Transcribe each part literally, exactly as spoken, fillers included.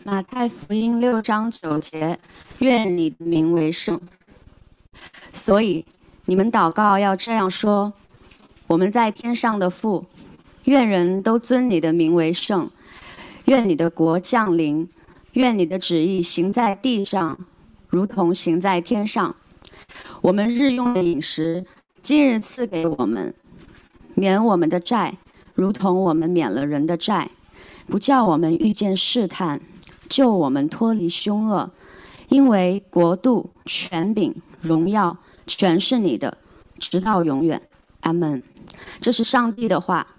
马太福音六章九节，愿你的名为圣。所以你们祷告要这样说：我们在天上的父，愿人都尊你的名为圣，愿你的国降临，愿你的旨意行在地上，如同行在天上。我们日用的饮食，今日赐给我们，免我们的债，如同我们免了人的债，不叫我们遇见试探，救我们脱离凶恶。因为国度、权柄、荣耀，全是你的，直到永远。阿们。这是上帝的话。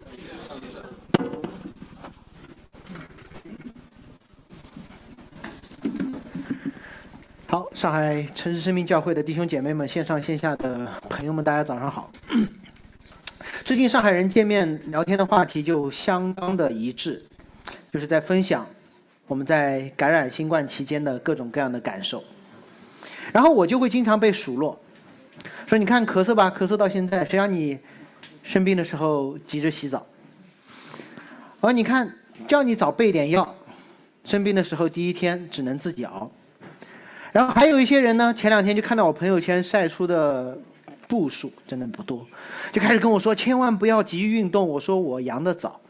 好，上海城市生命教会的弟兄姐妹们，线上线下的朋友们，大家早上好。最近上海人见面聊天的话题就相当的一致，就是在分享我们在感染新冠期间的各种各样的感受。然后我就会经常被数落，说你看咳嗽吧，咳嗽到现在，谁让你生病的时候急着洗澡？而你看叫你早备点药，生病的时候第一天只能自己熬。然后还有一些人呢，前两天就看到我朋友圈晒出的步数真的不多，就开始跟我说千万不要急于运动。我说我阳得早，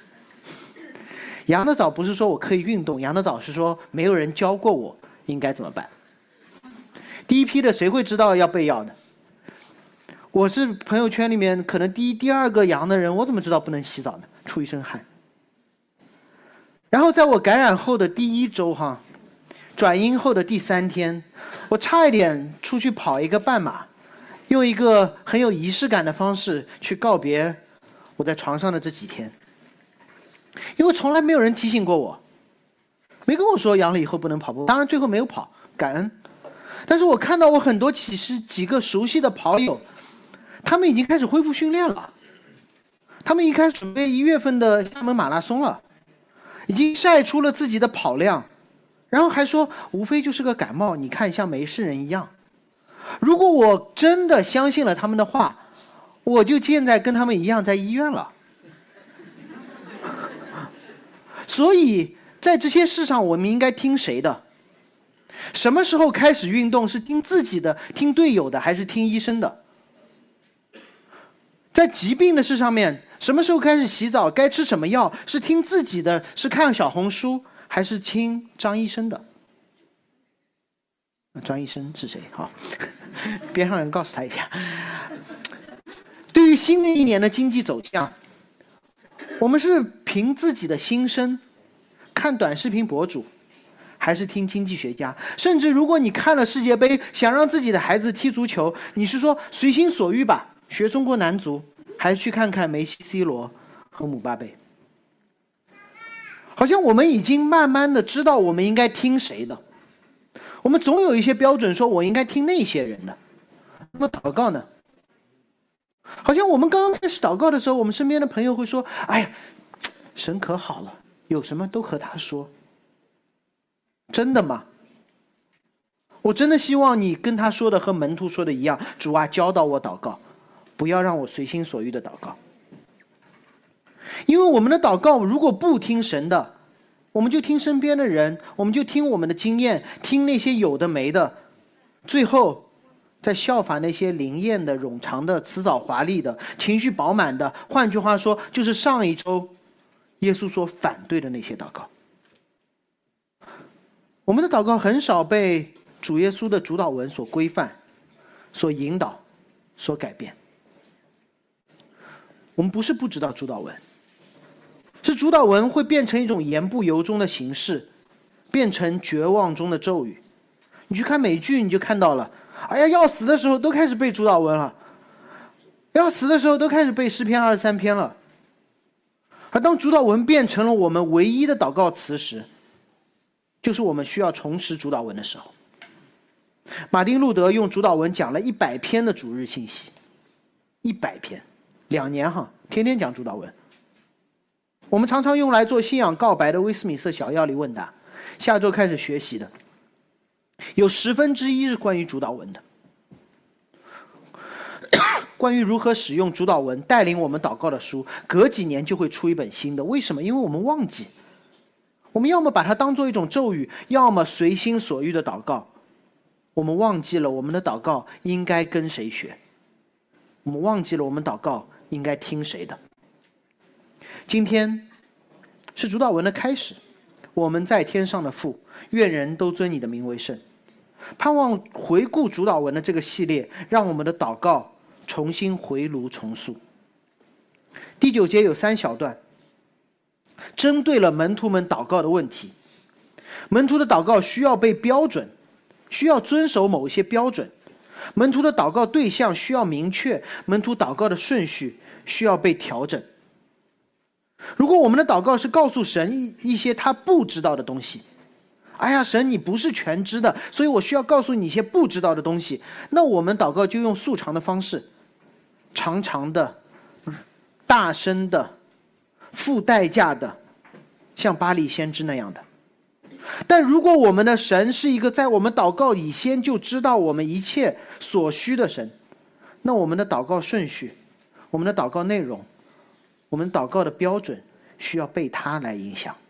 阳得早不是说我可以运动，阳得早是说没有人教过我应该怎么办。第一批的谁会知道要备药呢？我是朋友圈里面可能第一第二个阳的人，我怎么知道不能洗澡呢？出一身汗。然后在我感染后的第一周哈，转阴后的第三天，我差一点出去跑一个半马，用一个很有仪式感的方式去告别我在床上的这几天。因为从来没有人提醒过我，没跟我说阳了以后不能跑步，当然最后没有跑，感恩。但是我看到我很多其实几个熟悉的跑友，他们已经开始恢复训练了，他们已经开始准备一月份的厦门马拉松了，已经晒出了自己的跑量，然后还说无非就是个感冒，你看像没事人一样。如果我真的相信了他们的话，我就现在跟他们一样在医院了。所以在这些事上我们应该听谁的？什么时候开始运动？是听自己的，听队友的，还是听医生的？在疾病的事上面，什么时候开始洗澡？该吃什么药？是听自己的，是看小红书，还是听张医生的？张医生是谁？好，边上人告诉他一下。对于新的一年的经济走向，我们是凭自己的心声，看短视频博主，还是听经济学家？甚至如果你看了世界杯，想让自己的孩子踢足球，你是说随心所欲吧，学中国男足，还是去看看梅西、C 罗和姆巴佩？好像我们已经慢慢的知道我们应该听谁的，我们总有一些标准，说我应该听那些人的。那么祷告呢？好像我们刚刚开始祷告的时候，我们身边的朋友会说：哎呀，神可好了，有什么都和他说。真的吗？我真的希望你跟他说的和门徒说的一样，主啊，教导我祷告，不要让我随心所欲的祷告。因为我们的祷告如果不听神的，我们就听身边的人，我们就听我们的经验，听那些有的没的，最后在效法那些灵验的、冗长的、辞藻华丽的、情绪饱满的，换句话说，就是上一周耶稣所反对的那些祷告。我们的祷告很少被主耶稣的主导文所规范、所引导、所改变。我们不是不知道主导文，是主导文会变成一种言不由衷的形式，变成绝望中的咒语。你去看美剧，你就看到了，哎呀，要死的时候都开始背主导文了，要死的时候都开始背诗篇二十三篇了。而当主导文变成了我们唯一的祷告词时，就是我们需要重拾主导文的时候。马丁路德用主导文讲了一百篇的主日信息，一百篇，两年哈，天天讲主导文。我们常常用来做信仰告白的威斯敏斯特小要理问答，下周开始学习的，有十分之一是关于主导文的。关于如何使用主导文带领我们祷告的书，隔几年就会出一本新的。为什么？因为我们忘记。 我们要么把它当做一种咒语，要么随心所欲的祷告。我们忘记了我们的祷告应该跟谁学，我们忘记了我们祷告应该听谁的。今天是主祷文的开始，我们在天上的父，愿人都尊你的名为圣。盼望回顾主祷文的这个系列，让我们的祷告重新回炉重塑。第九节有三小段，针对了门徒们祷告的问题。门徒的祷告需要被标准，需要遵守某一些标准。门徒的祷告对象需要明确，门徒祷告的顺序需要被调整。如果我们的祷告是告诉神一些他不知道的东西，哎呀，神你不是全知的，所以我需要告诉你一些不知道的东西，那我们祷告就用素长的方式，长长的、大声的、付代价的，像巴力先知那样的。但如果我们的神是一个在我们祷告以前就知道我们一切所需的神，那我们的祷告顺序、我们的祷告内容、我们祷告的标准需要被他来影响。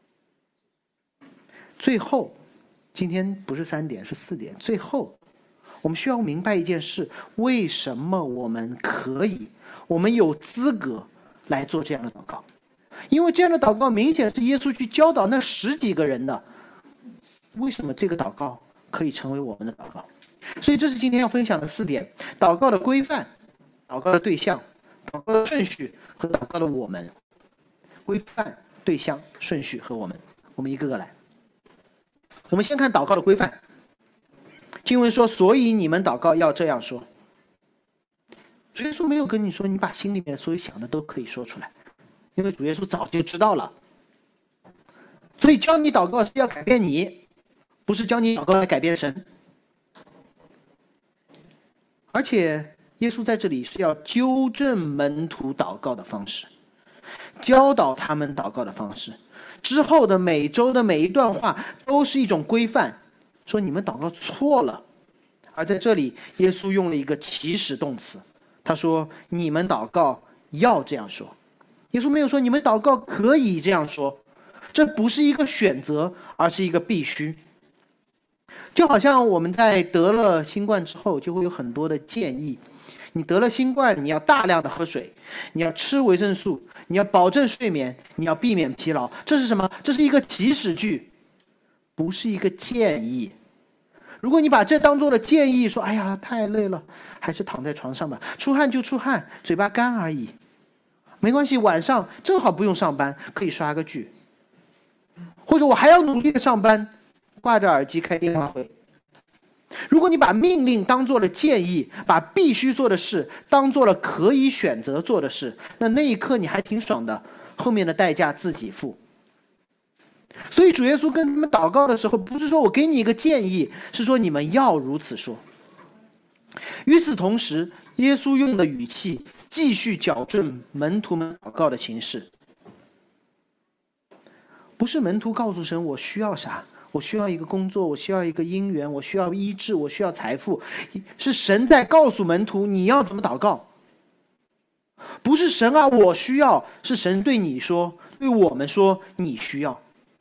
最后，今天不是三点，是四点。最后，我们需要明白一件事：为什么我们可以，我们有资格来做这样的祷告？因为这样的祷告明显是耶稣去教导那十几个人的。为什么这个祷告可以成为我们的祷告？所以这是今天要分享的四点：祷告的规范、祷告的对象、祷告的顺序和祷告的我们。规范、对象、顺序和我们，我们一个个来。我们先看祷告的规范。经文说，所以你们祷告要这样说。主耶稣没有跟你说你把心里面所有想的都可以说出来，因为主耶稣早就知道了。所以教你祷告是要改变你，不是教你祷告来改变神。而且耶稣在这里是要纠正门徒祷告的方式，教导他们祷告的方式。之后的每周的每一段话都是一种规范，说你们祷告错了。而在这里耶稣用了一个祈使动词，他说你们祷告要这样说。耶稣没有说你们祷告可以这样说，这不是一个选择，而是一个必须。就好像我们在得了新冠之后，就会有很多的建议，你得了新冠，你要大量的喝水，你要吃维生素，你要保证睡眠，你要避免疲劳。这是什么？这是一个祈使句，不是一个建议。如果你把这当做了建议，说哎呀太累了，还是躺在床上吧，出汗就出汗，嘴巴干而已，没关系，晚上正好不用上班，可以刷个剧。或者我还要努力的上班，挂着耳机开电话会。如果你把命令当做了建议，把必须做的事当做了可以选择做的事，那那一刻你还挺爽的，后面的代价自己付。所以主耶稣跟他们祷告的时候，不是说我给你一个建议，是说你们要如此说。与此同时，耶稣用的语气继续矫正门徒们祷告的形式。不是门徒告诉神我需要啥，我需要一个工作，我需要一个姻缘，我需要医治，我需要财富，是神在告诉门徒你要怎么祷告。不是神啊我需要，是神对你说，对我们说你需要。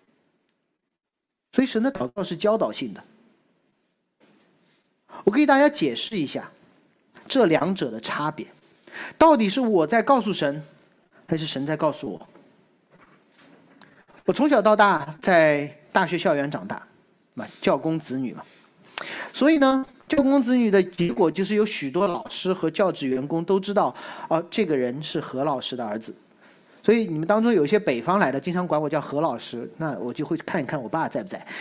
所以神的祷告是教导性的。我给大家解释一下这两者的差别，到底是我在告诉神，还是神在告诉我？我从小到大在大学校园长大，教工子女嘛，所以呢，教工子女的结果就是有许多老师和教职员工都知道，哦，这个人是何老师的儿子。所以你们当中有一些北方来的，经常管我叫何老师，那我就会看一看我爸在不在。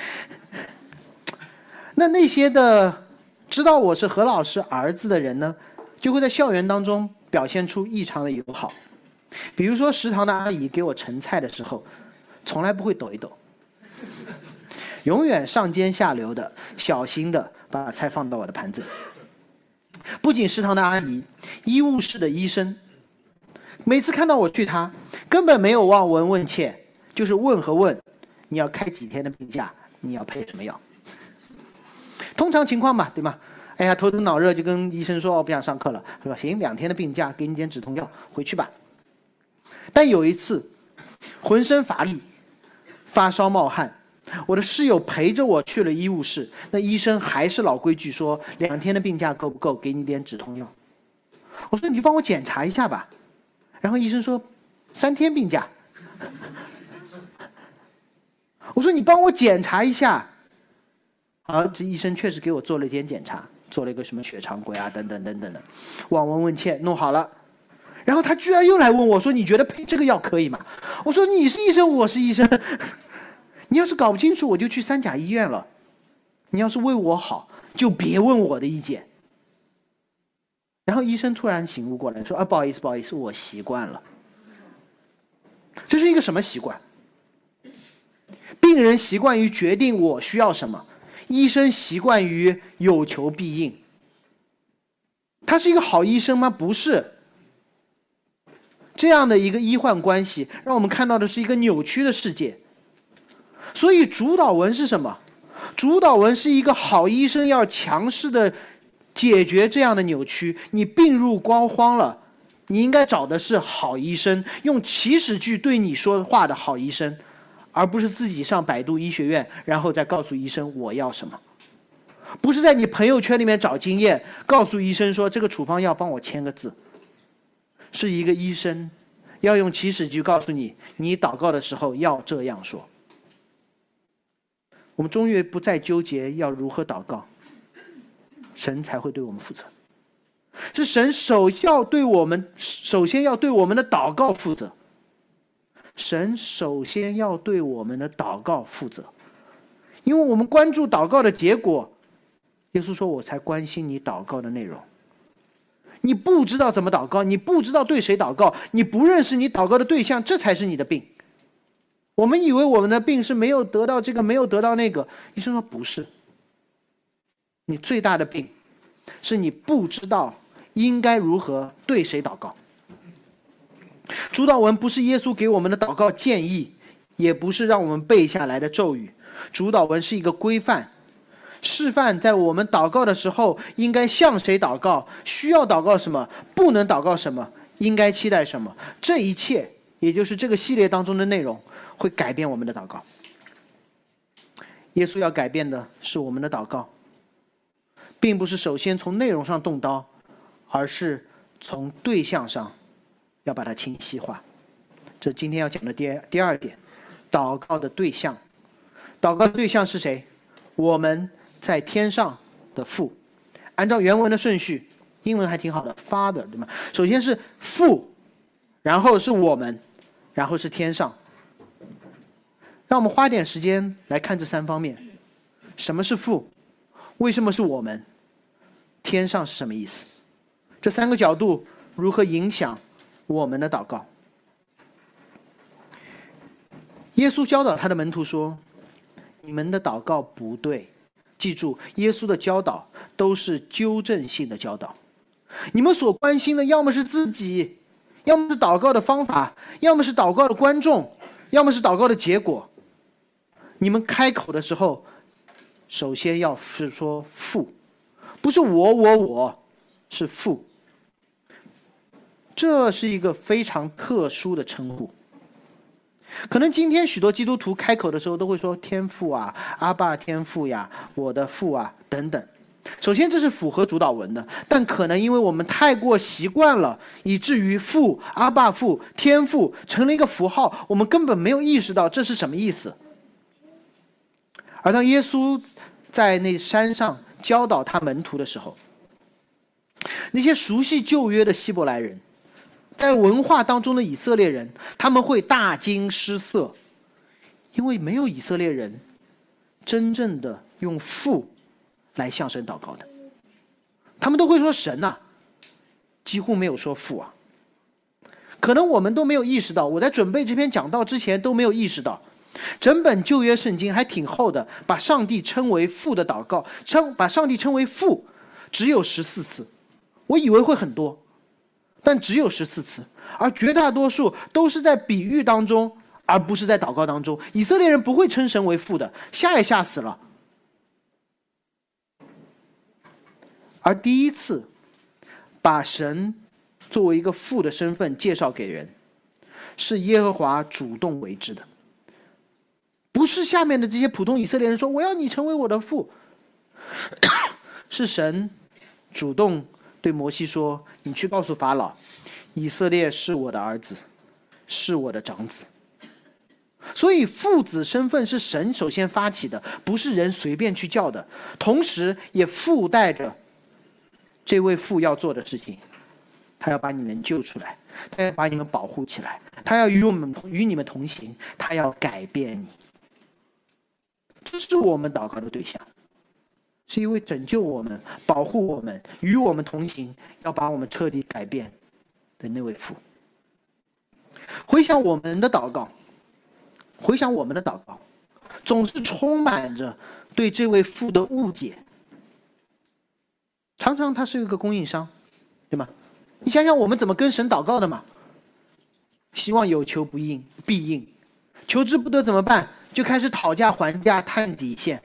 那那些的知道我是何老师儿子的人呢，就会在校园当中表现出异常的友好。比如说食堂的阿姨给我盛菜的时候，从来不会抖一抖，永远上尖下流的小心的把菜放到我的盘子里。不仅食堂的阿姨，医务室的医生，每次看到我去他，根本没有望闻问切，就是问和问，你要开几天的病假，你要配什么药。通常情况嘛，对吗？哎呀，头疼脑热就跟医生说，我不想上课了，说行，两天的病假，给你点止痛药，回去吧。但有一次浑身乏力， 发烧冒汗，我的室友陪着我去了医务室，那医生还是老规矩说两天的病假够不够，给你点止痛药。我说你就帮我检查一下吧，然后医生说三天病假。我说你帮我检查一下，好，这医生确实给我做了一点检查，做了一个什么血常规啊等等等等的，望闻问切弄好了，然后他居然又来问我说你觉得配这个药可以吗？我说你是医生我是医生，你要是搞不清楚我就去三甲医院了，你要是为我好就别问我的意见。然后医生突然醒悟过来说啊，不好意思不好意思，我习惯了。这是一个什么习惯？病人习惯于决定我需要什么，医生习惯于有求必应。他是一个好医生吗？不是。这样的一个医患关系让我们看到的是一个扭曲的世界。所以主导文是什么？主导文是一个好医生要强势的解决这样的扭曲。你病入膏肓了，你应该找的是好医生，用祈使句对你说话的好医生，而不是自己上百度医学院然后再告诉医生我要什么。不是在你朋友圈里面找经验，告诉医生说这个处方药帮我签个字。是一个医生要用祈使句告诉你，你祷告的时候要这样说。我们终于不再纠结要如何祷告，神才会对我们负责。是神首要对我们首先要对我们的祷告负责。神首先要对我们的祷告负责，因为我们关注祷告的结果，耶稣说我才关心你祷告的内容。你不知道怎么祷告，你不知道对谁祷告，你不认识你祷告的对象，这才是你的病。我们以为我们的病是没有得到这个没有得到那个，医生说不是，你最大的病是你不知道应该如何对谁祷告。主祷文不是耶稣给我们的祷告建议，也不是让我们背下来的咒语，主祷文是一个规范，示范在我们祷告的时候应该向谁祷告，需要祷告什么，不能祷告什么，应该期待什么。这一切也就是这个系列当中的内容会改变我们的祷告。耶稣要改变的是我们的祷告，并不是首先从内容上动刀，而是从对象上要把它清晰化。这今天要讲的第二第二点，祷告的对象。祷告的对象是谁？我们在天上的父。按照原文的顺序，英文还挺好的 Father， 对吗？首先是父，然后是我们，然后是天上。让我们花点时间来看这三方面。什么是父？为什么是我们？天上是什么意思？这三个角度如何影响我们的祷告？耶稣教导他的门徒说，你们的祷告不对。记住，耶稣的教导都是纠正性的教导。你们所关心的要么是自己，要么是祷告的方法，要么是祷告的观众，要么是祷告的结果。你们开口的时候，首先要是说父，不是我我我，是父。这是一个非常特殊的称呼。可能今天许多基督徒开口的时候都会说天父啊，阿爸天父呀，我的父啊等等。首先这是符合主导文的，但可能因为我们太过习惯了，以至于父、阿爸父、天父成了一个符号，我们根本没有意识到这是什么意思。而当耶稣在那山上教导他门徒的时候，那些熟悉旧约的希伯来人，在文化当中的以色列人，他们会大惊失色，因为没有以色列人真正的用父来向神祷告的。他们都会说神啊，几乎没有说父啊。可能我们都没有意识到，我在准备这篇讲道之前都没有意识到，整本旧约圣经还挺厚的，把上帝称为父的祷告，称把上帝称为父只有十四次。我以为会很多，但只有十四次，而绝大多数都是在比喻当中，而不是在祷告当中。以色列人不会称神为父的，吓也吓死了。而第一次把神作为一个父的身份介绍给人，是耶和华主动为之的。 是下面的这些普通以色列人说我要你成为我的父，是神主动对摩西说，你去告诉法老，以色列是我的儿子，是我的长子。所以父子身份是神首先发起的，不是人随便去叫的，同时也附带着这位父要做的事情，他要把你们救出来，他要把你们保护起来，他要与我们与你们同行，他要改变你。这是我们祷告的对象，是一位拯救我们、保护我们、与我们同行，要把我们彻底改变的那位父。回想我们的祷告，回想我们的祷告，总是充满着对这位父的误解。常常他是一个供应商，对吗？你想想我们怎么跟神祷告的嘛？希望有求不应必应，求之不得怎么办？就开始讨价还价、探底线。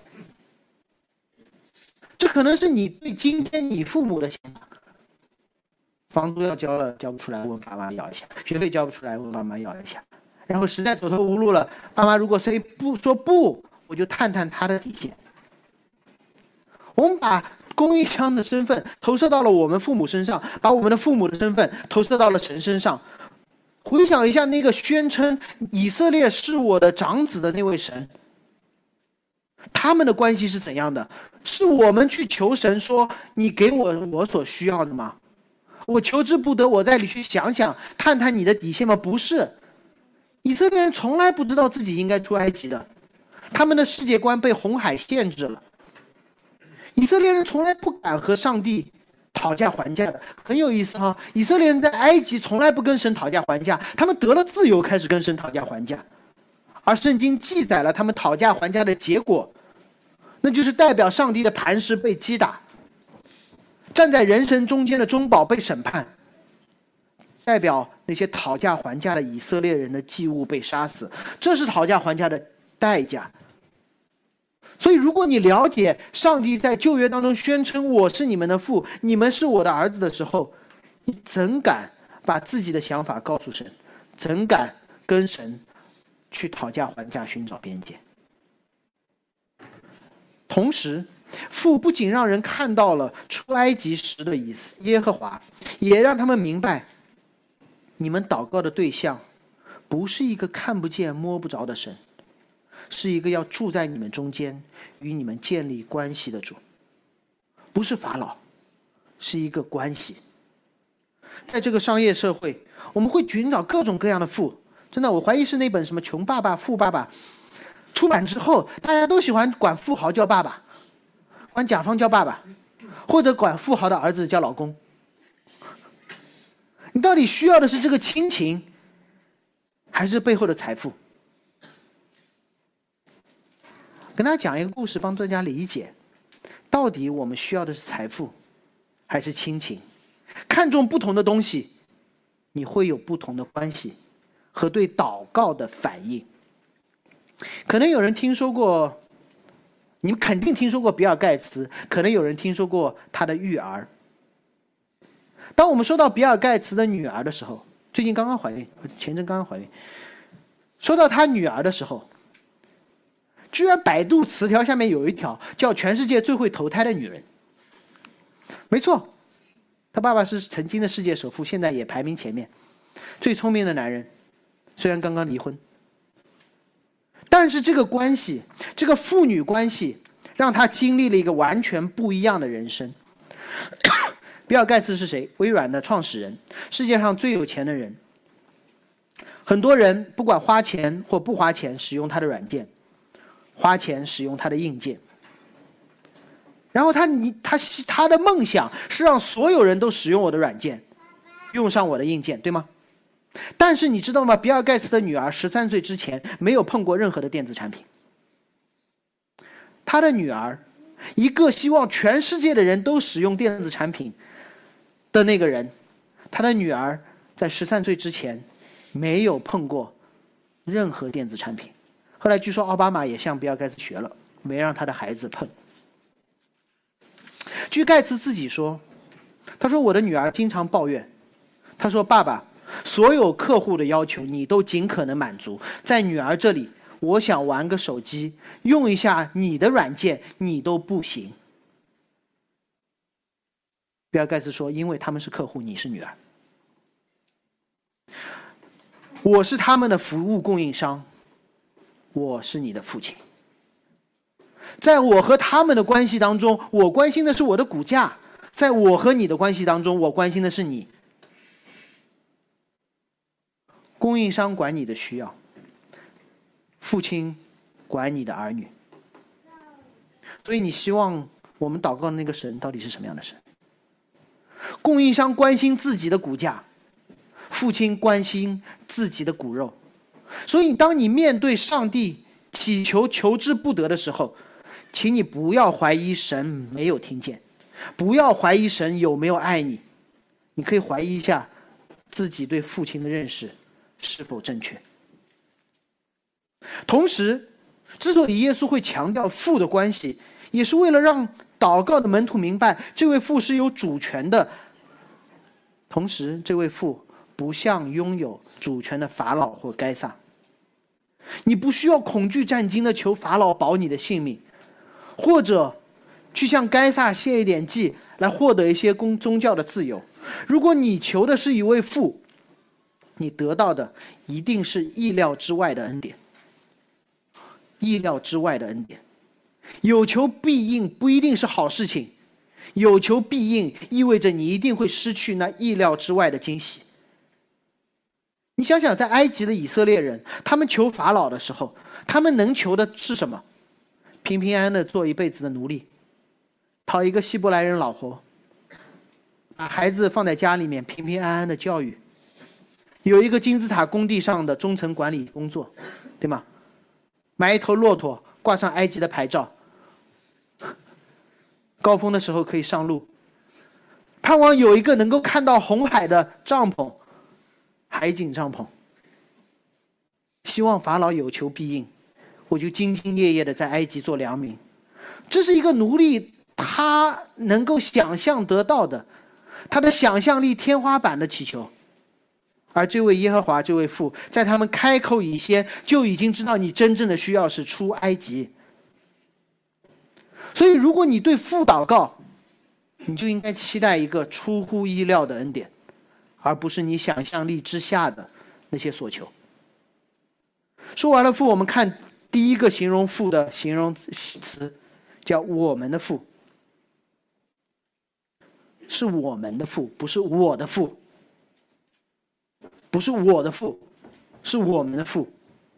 这可能是你对今天你父母的想法。房租要交了，交不出来，问爸妈要一下；学费交不出来，问爸妈要一下。然后实在走投无路了，爸妈如果谁不说不，我就探探他的底线。我们把供应商的身份投射到了我们父母身上，把我们的父母的身份投射到了神身上。回想一下那个宣称以色列是我的长子的那位神，他们的关系是怎样的？是我们去求神说你给我我所需要的吗？我求之不得，我再里去想想探探你的底线吗？不是。以色列人从来不知道自己应该出埃及的，他们的世界观被红海限制了。以色列人从来不敢和上帝讨价还价的，很有意思哈。以色列人在埃及从来不跟神讨价还价，他们得了自由开始跟神讨价还价，而圣经记载了他们讨价还价的结果，那就是代表上帝的磐石被击打，站在人神中间的中保被审判，代表那些讨价还价的以色列人的祭物被杀死，这是讨价还价的代价。所以如果你了解上帝在旧约当中宣称我是你们的父，你们是我的儿子的时候，你怎敢把自己的想法告诉神？怎敢跟神去讨价还价寻找边界？同时父不仅让人看到了出埃及时的意思耶和华，也让他们明白你们祷告的对象不是一个看不见摸不着的神，是一个要住在你们中间与你们建立关系的主，不是法老，是一个关系。在这个商业社会，我们会寻找各种各样的父，真的我怀疑是那本什么穷爸爸富爸爸出版之后，大家都喜欢管富豪叫爸爸，管甲方叫爸爸，或者管富豪的儿子叫老公。你到底需要的是这个亲情，还是背后的财富？跟大家讲一个故事，帮大家理解，到底我们需要的是财富，还是亲情？看重不同的东西，你会有不同的关系和对祷告的反应。可能有人听说过，你们肯定听说过比尔盖茨，可能有人听说过他的育儿。当我们说到比尔盖茨的女儿的时候，最近刚刚怀孕，前阵刚刚怀孕，说到他女儿的时候，居然百度词条下面有一条叫全世界最会投胎的女人。没错，他爸爸是曾经的世界首富，现在也排名前面，最聪明的男人，虽然刚刚离婚。但是这个关系，这个父女关系让他经历了一个完全不一样的人生。比尔盖茨是谁？微软的创始人，世界上最有钱的人。很多人不管花钱或不花钱使用他的软件，花钱使用他的硬件。然后他他他的梦想是让所有人都使用我的软件，用上我的硬件，对吗？但是你知道吗？比尔盖茨的女儿十三岁之前没有碰过任何的电子产品。他的女儿，一个希望全世界的人都使用电子产品的那个人，他的女儿在十三岁之前没有碰过任何电子产品。后来据说奥巴马也向比尔盖茨学了，没让他的孩子碰。据盖茨自己说，他说我的女儿经常抱怨，他说爸爸，所有客户的要求你都尽可能满足，在女儿这里我想玩个手机，用一下你的软件，你都不行。比尔盖茨说，因为他们是客户，你是女儿。我是他们的服务供应商，我是你的父亲。在我和他们的关系当中，我关心的是我的股价；在我和你的关系当中，我关心的是你。供应商管你的需要，父亲管你的儿女。所以你希望我们祷告的那个神到底是什么样的神？供应商关心自己的股价，父亲关心自己的骨肉。所以当你面对上帝祈求求之不得的时候，请你不要怀疑神没有听见，不要怀疑神有没有爱你，你可以怀疑一下自己对父亲的认识是否正确。同时，之所以耶稣会强调父的关系，也是为了让祷告的门徒明白，这位父是有主权的，同时这位父不像拥有主权的法老或该撒。你不需要恐惧战惊的求法老保你的性命，或者去向该撒献一点祭来获得一些公宗教的自由。如果你求的是一位父，你得到的一定是意料之外的恩典。意料之外的恩典，有求必应不一定是好事情，有求必应意味着你一定会失去那意料之外的惊喜。你想想，在埃及的以色列人，他们求法老的时候，他们能求的是什么？平平安安的做一辈子的奴隶，讨一个希伯来人老婆，把孩子放在家里面平平安安的教育，有一个金字塔工地上的中层管理工作，对吗？买一头骆驼，挂上埃及的牌照，高峰的时候可以上路，盼望有一个能够看到红海的帐篷，海景帐篷。希望法老有求必应，我就兢兢业业的在埃及做良民。这是一个奴隶他能够想象得到的，他的想象力天花板的祈求。而这位耶和华，这位父，在他们开口以前就已经知道你真正的需要是出埃及。所以如果你对父祷告，你就应该期待一个出乎意料的恩典，而不是你想象力之下的那些所求。说完了父，我们看第一个形容父的形容词，叫我们的父。是我们的父，不是我的父。不是我的父，是我们的父。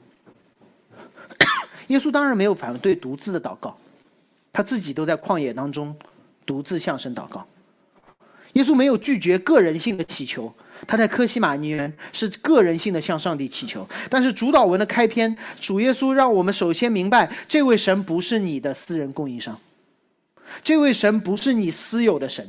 耶稣当然没有反对独自的祷告，他自己都在旷野当中独自向神祷告。耶稣没有拒绝个人性的祈求，他在客西马尼园是个人性的向上帝祈求。但是主祷文的开篇，主耶稣让我们首先明白，这位神不是你的私人供应商，这位神不是你私有的神，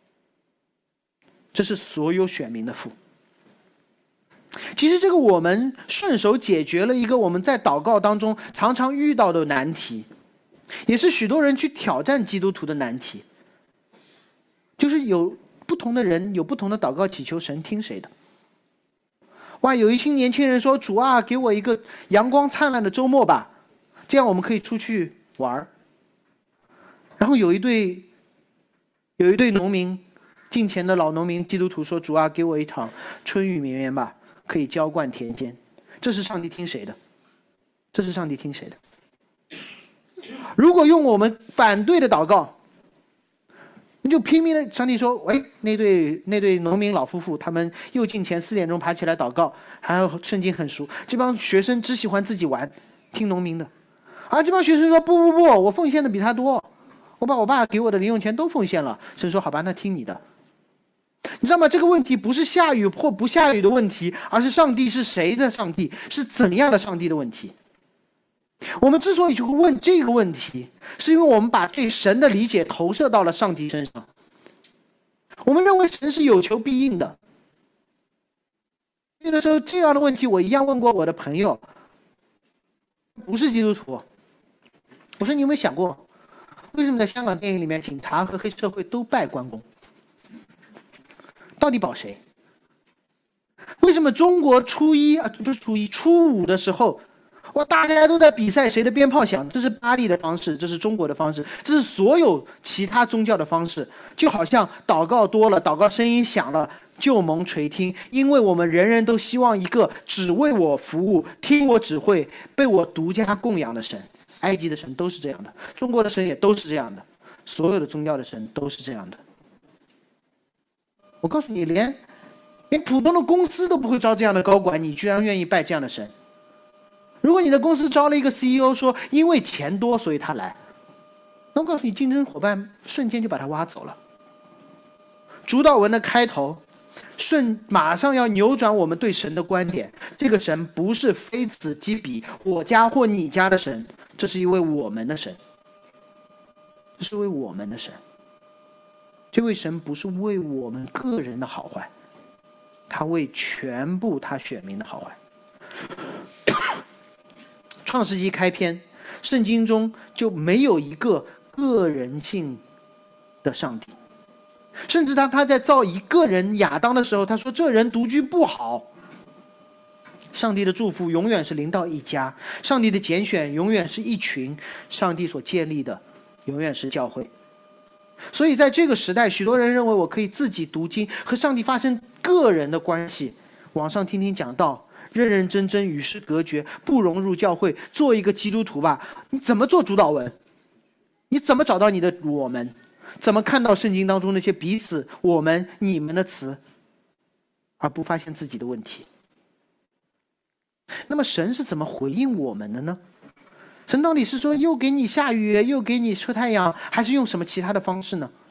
这是所有选民的父。其实这个我们顺手解决了一个我们在祷告当中常常遇到的难题，也是许多人去挑战基督徒的难题，就是有不同的人有不同的祷告祈求，神听谁的。哇，有一群年轻人说，主啊，给我一个阳光灿烂的周末吧，这样我们可以出去玩。然后有一对有一对农民，敬虔的老农民基督徒说，主啊，给我一场春雨绵绵吧，可以浇灌田间。这是上帝听谁的？这是上帝听谁的？如果用我们反对的祷告，你就拼命的，上帝说，喂，那对那对农民老夫妇，他们又敬虔，四点钟爬起来祷告，还有圣经很熟。这帮学生只喜欢自己玩，听农民的。啊，这帮学生说，不不不，我奉献的比他多，我把我爸给我的零用钱都奉献了。神说，好吧，那听你的。你知道吗？这个问题不是下雨或不下雨的问题，而是上帝是谁的上帝，是怎样的上帝的问题。我们之所以去问这个问题，是因为我们把对神的理解投射到了上帝身上。我们认为神是有求必应的。有的时候这样的问题我一样问过我的朋友，不是基督徒。我说，你有没有想过，为什么在香港电影里面警察和黑社会都拜关公？到底保谁？为什么中国初一啊，不是初一，初五的时候， 哇，大家都在比赛谁的鞭炮响，这是巴黎的方式，这是中国的方式，这是所有其他宗教的方式。就好像祷告多了，祷告声音响了，就蒙垂听，因为我们人人都希望一个只为我服务、听我指挥、被我独家供养的神。埃及的神都是这样的，中国的神也都是这样的，所有的宗教的神都是这样的。我告诉你，连连普通的公司都不会招这样的高管，你居然愿意拜这样的神？如果你的公司招了一个 C E O 说因为钱多所以他来，那我告诉你，竞争伙伴瞬间就把他挖走了。主导文的开头瞬马上要扭转我们对神的观点，这个神不是非此即彼我家或你家的神，这是一位我们的神，这是为我们的神。这位神不是为我们个人的好坏，他为全部他选民的好坏。创世纪开篇，圣经中就没有一个个人性的上帝，甚至当他在造一个人亚当的时候，他说这人独居不好。上帝的祝福永远是临到一家，上帝的拣选永远是一群，上帝所建立的永远是教会。所以在这个时代，许多人认为我可以自己读经，和上帝发生个人的关系，网上听听讲道，认认真真与世隔绝，不融入教会，做一个基督徒吧。你怎么做主导文？你怎么找到你的我们？怎么看到圣经当中那些彼此、我们、你们的词，而不发现自己的问题？那么神是怎么回应我们的呢？神到底是说又给你下雨，又给你出太阳，还是用什么其他的方式呢？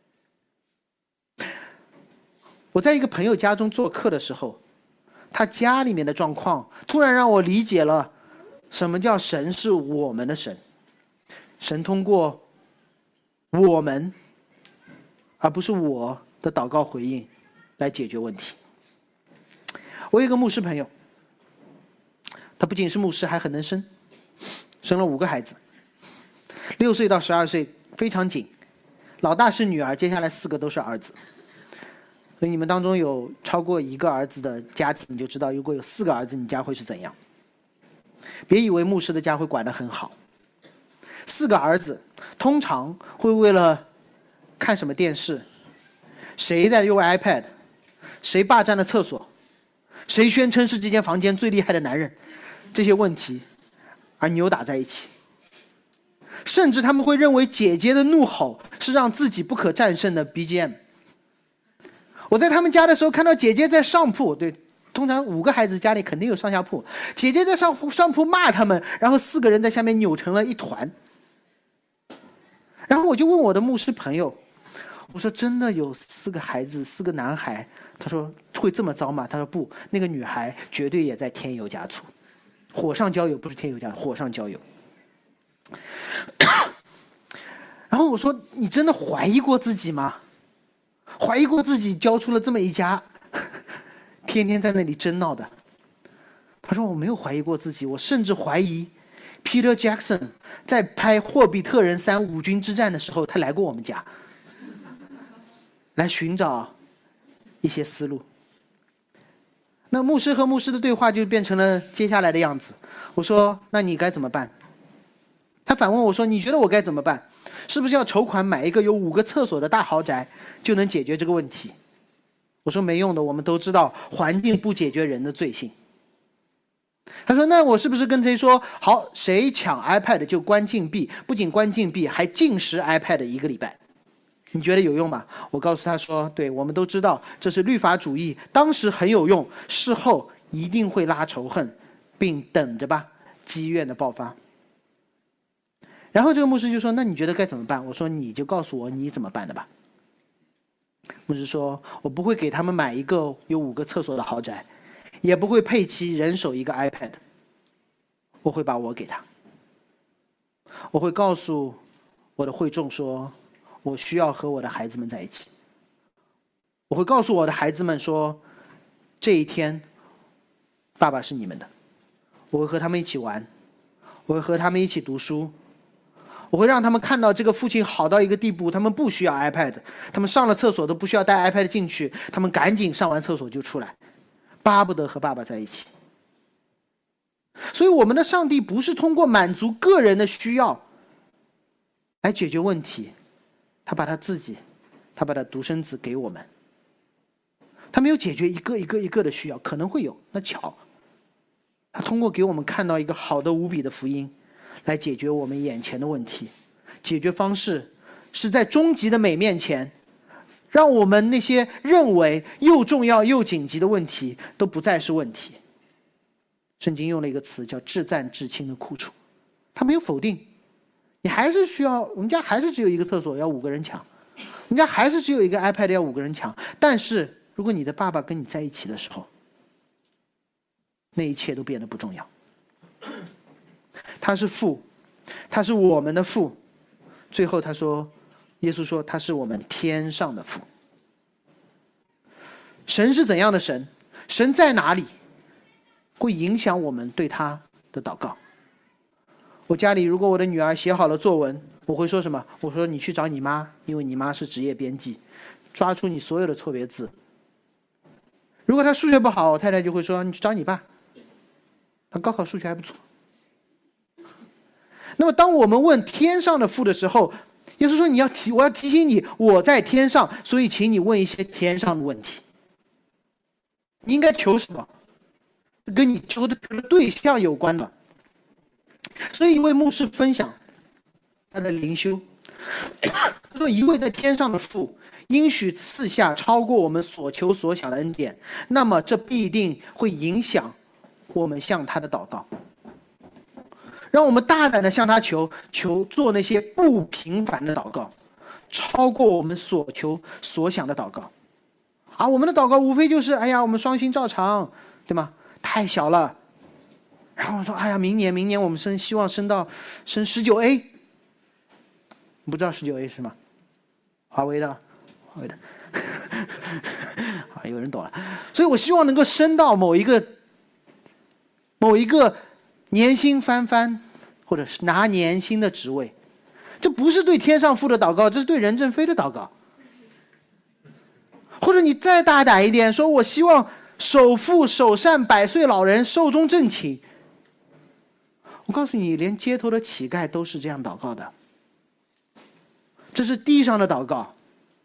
我在一个朋友家中做客的时候，他家里面的状况突然让我理解了什么叫神是我们的神。神通过我们而不是我的祷告回应来解决问题。我有一个牧师朋友，他不仅是牧师，还很能生，生了五个孩子，六岁到十二岁非常紧，老大是女儿，接下来四个都是儿子。所以你们当中有超过一个儿子的家庭，你就知道如果有四个儿子，你家会是怎样。别以为牧师的家会管得很好，四个儿子通常会为了看什么电视，谁在用 iPad， 谁霸占了厕所，谁宣称是这间房间最厉害的男人，这些问题而扭打在一起。甚至他们会认为姐姐的怒吼是让自己不可战胜的 B G M。 我在他们家的时候看到姐姐在上铺，对，通常五个孩子家里肯定有上下铺，姐姐在上上铺骂他们，然后四个人在下面扭成了一团。然后我就问我的牧师朋友，我说真的有四个孩子，四个男孩？他说会这么糟吗？他说不，那个女孩绝对也在添油加醋，火上浇油，不是添油加醋，火上浇油。然后我说你真的怀疑过自己吗？怀疑过自己教出了这么一家天天在那里争闹的？他说我没有怀疑过自己，我甚至怀疑 Peter Jackson 在拍《霍比特人三五军之战》的时候，他来过我们家，来寻找一些思路。那牧师和牧师的对话就变成了接下来的样子。我说那你该怎么办？他反问我说你觉得我该怎么办？是不是要筹款买一个有五个厕所的大豪宅就能解决这个问题？我说没用的，我们都知道环境不解决人的罪性。他说那我是不是跟谁说好，谁抢 iPad 就关禁闭，不仅关禁闭还禁食 iPad 一个礼拜？你觉得有用吗？我告诉他说对，我们都知道这是律法主义，当时很有用，事后一定会拉仇恨，并等着吧积怨的爆发。然后这个牧师就说那你觉得该怎么办？我说你就告诉我你怎么办的吧。牧师说我不会给他们买一个有五个厕所的豪宅，也不会配齐人手一个 iPad， 我会把我给他。我会告诉我的会众说我需要和我的孩子们在一起。我会告诉我的孩子们说这一天爸爸是你们的，我会和他们一起玩，我会和他们一起读书，我会让他们看到这个父亲好到一个地步，他们不需要 iPad， 他们上了厕所都不需要带 iPad 进去，他们赶紧上完厕所就出来，巴不得和爸爸在一起。 所以我们的上帝不是通过满足个人的需要来解决问题，他把他自己，他把他独生子给我们。他没有解决一个一个一个的需要，可能会有，那巧，他通过给我们看到一个好的无比的福音，来解决我们眼前的问题。解决方式是在终极的美面前，让我们那些认为又重要又紧急的问题都不再是问题。圣经用了一个词叫至赞至亲的苦楚，他没有否定，你还是需要，我们家还是只有一个厕所要五个人抢，我们家还是只有一个 iPad 要五个人抢，但是如果你的爸爸跟你在一起的时候，那一切都变得不重要。他是父，他是我们的父，最后他说，耶稣说他是我们天上的父。神是怎样的神？神在哪里？会影响我们对他的祷告。我家里如果我的女儿写好了作文，我会说什么？我说你去找你妈，因为你妈是职业编辑，抓出你所有的错别字。如果她数学不好，我太太就会说你去找你爸，他高考数学还不错。那么当我们问天上的父的时候，耶稣说你要提，我要提醒你，我在天上，所以请你问一些天上的问题。你应该求什么？跟你求的求的对象有关的。所以一位牧师分享他的灵修，他说一位在天上的父应许赐下超过我们所求所想的恩典，那么这必定会影响我们向他的祷告。让我们大胆的向他求，求做那些不平凡的祷告，超过我们所求所想的祷告。啊，我们的祷告无非就是哎呀我们双薪照常，对吗？太小了。然后我说哎呀明年明年我们升希望升到升 十九 A， 你不知道 十九 A 是吗？华为的华为的啊，有人懂了。所以我希望能够升到某一个某一个年薪翻番，或者是拿年薪的职位。这不是对天上父的祷告，这是对任正非的祷告。或者你再大胆一点，说我希望守父守善百岁老人寿终正寝。我告诉你，连街头的乞丐都是这样祷告的。这是地上的祷告，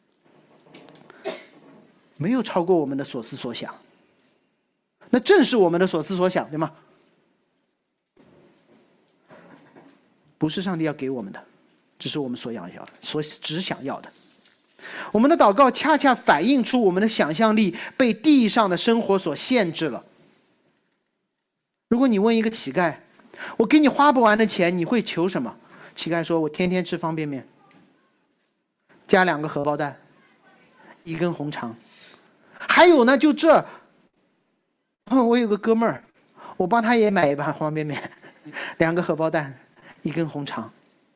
没有超过我们的所思所想。那正是我们的所思所想，对吗？不是上帝要给我们的，只是我们所想要的，所只想要的。我们的祷告恰恰反映出我们的想象力被地上的生活所限制了。如果你问一个乞丐，我给你花不完的钱，你会求什么？乞丐说，我天天吃方便面，加两个荷包蛋，一根红肠。还有呢，就这，我有个哥们儿，我帮他也买一盘方便面，两个荷包蛋，一根红肠。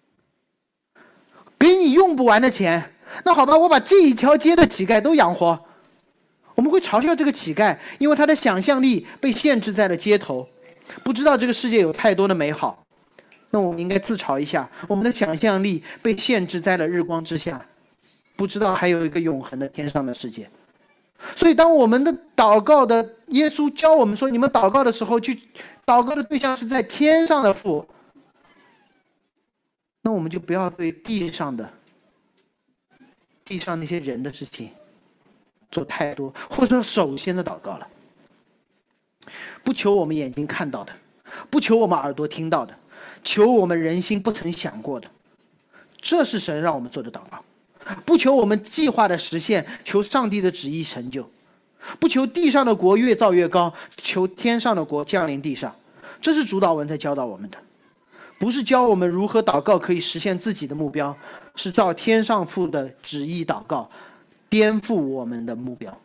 给你用不完的钱，那好吧，我把这一条街的乞丐都养活。我们会嘲笑这个乞丐，因为他的想象力被限制在了街头，不知道这个世界有太多的美好。那我们应该自嘲一下，我们的想象力被限制在了日光之下，不知道还有一个永恒的天上的世界。所以当我们的祷告的耶稣教我们说，你们祷告的时候去祷告的对象是在天上的父，那我们就不要对地上的地上那些人的事情做太多，或者说首先的祷告了。不求我们眼睛看到的，不求我们耳朵听到的，求我们人心不曾想过的。这是神让我们做的祷告。不求我们计划的实现，求上帝的旨意成就。不求地上的国越造越高，求天上的国降临地上。这是主祷文在教导我们的，不是教我们如何祷告可以实现自己的目标，是照天上父的旨意祷告，颠覆我们的目标。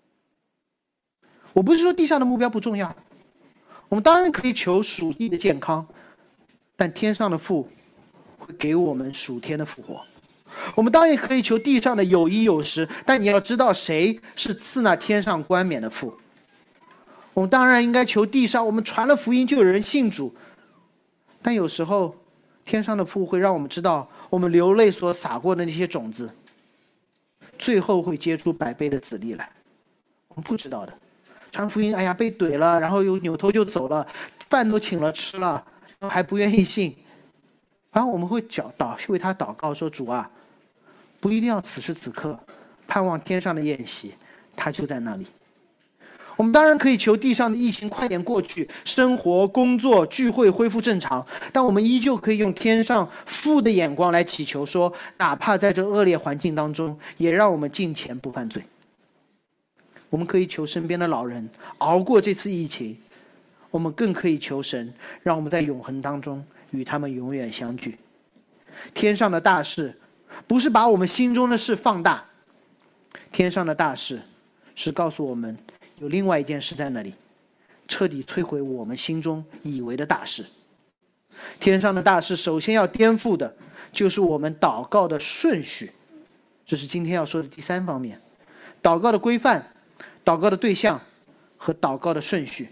我不是说地上的目标不重要，我们当然可以求属地的健康，但天上的父会给我们属天的复活。我们当然可以求地上的有衣有食，但你要知道谁是赐那天上冠冕的父。我们当然应该求地上我们传了福音就有人信主，但有时候天上的父会让我们知道，我们流泪所撒过的那些种子最后会结出百倍的子粒来，我们不知道的。传福音哎呀被怼了，然后又扭头就走了， 饭都请了吃了，还不愿意信。然后我们会祷祷为他祷告说：主啊，不一定要此时此刻，盼望天上的宴席，他就在那里。我们当然可以求地上的疫情快点过去，生活、工作、聚会恢复正常，但我们依旧可以用天上父的眼光来祈求说，哪怕在这恶劣环境当中，也让我们敬虔不犯罪。我们可以求身边的老人熬过这次疫情，我们更可以求神，让我们在永恒当中与他们永远相聚。天上的大事不是把我们心中的事放大，天上的大事是告诉我们有另外一件事在那里，彻底摧毁我们心中以为的大事。天上的大事首先要颠覆的就是我们祷告的顺序，这是今天要说的第三方面，祷告的规范、祷告的对象和祷告的顺序。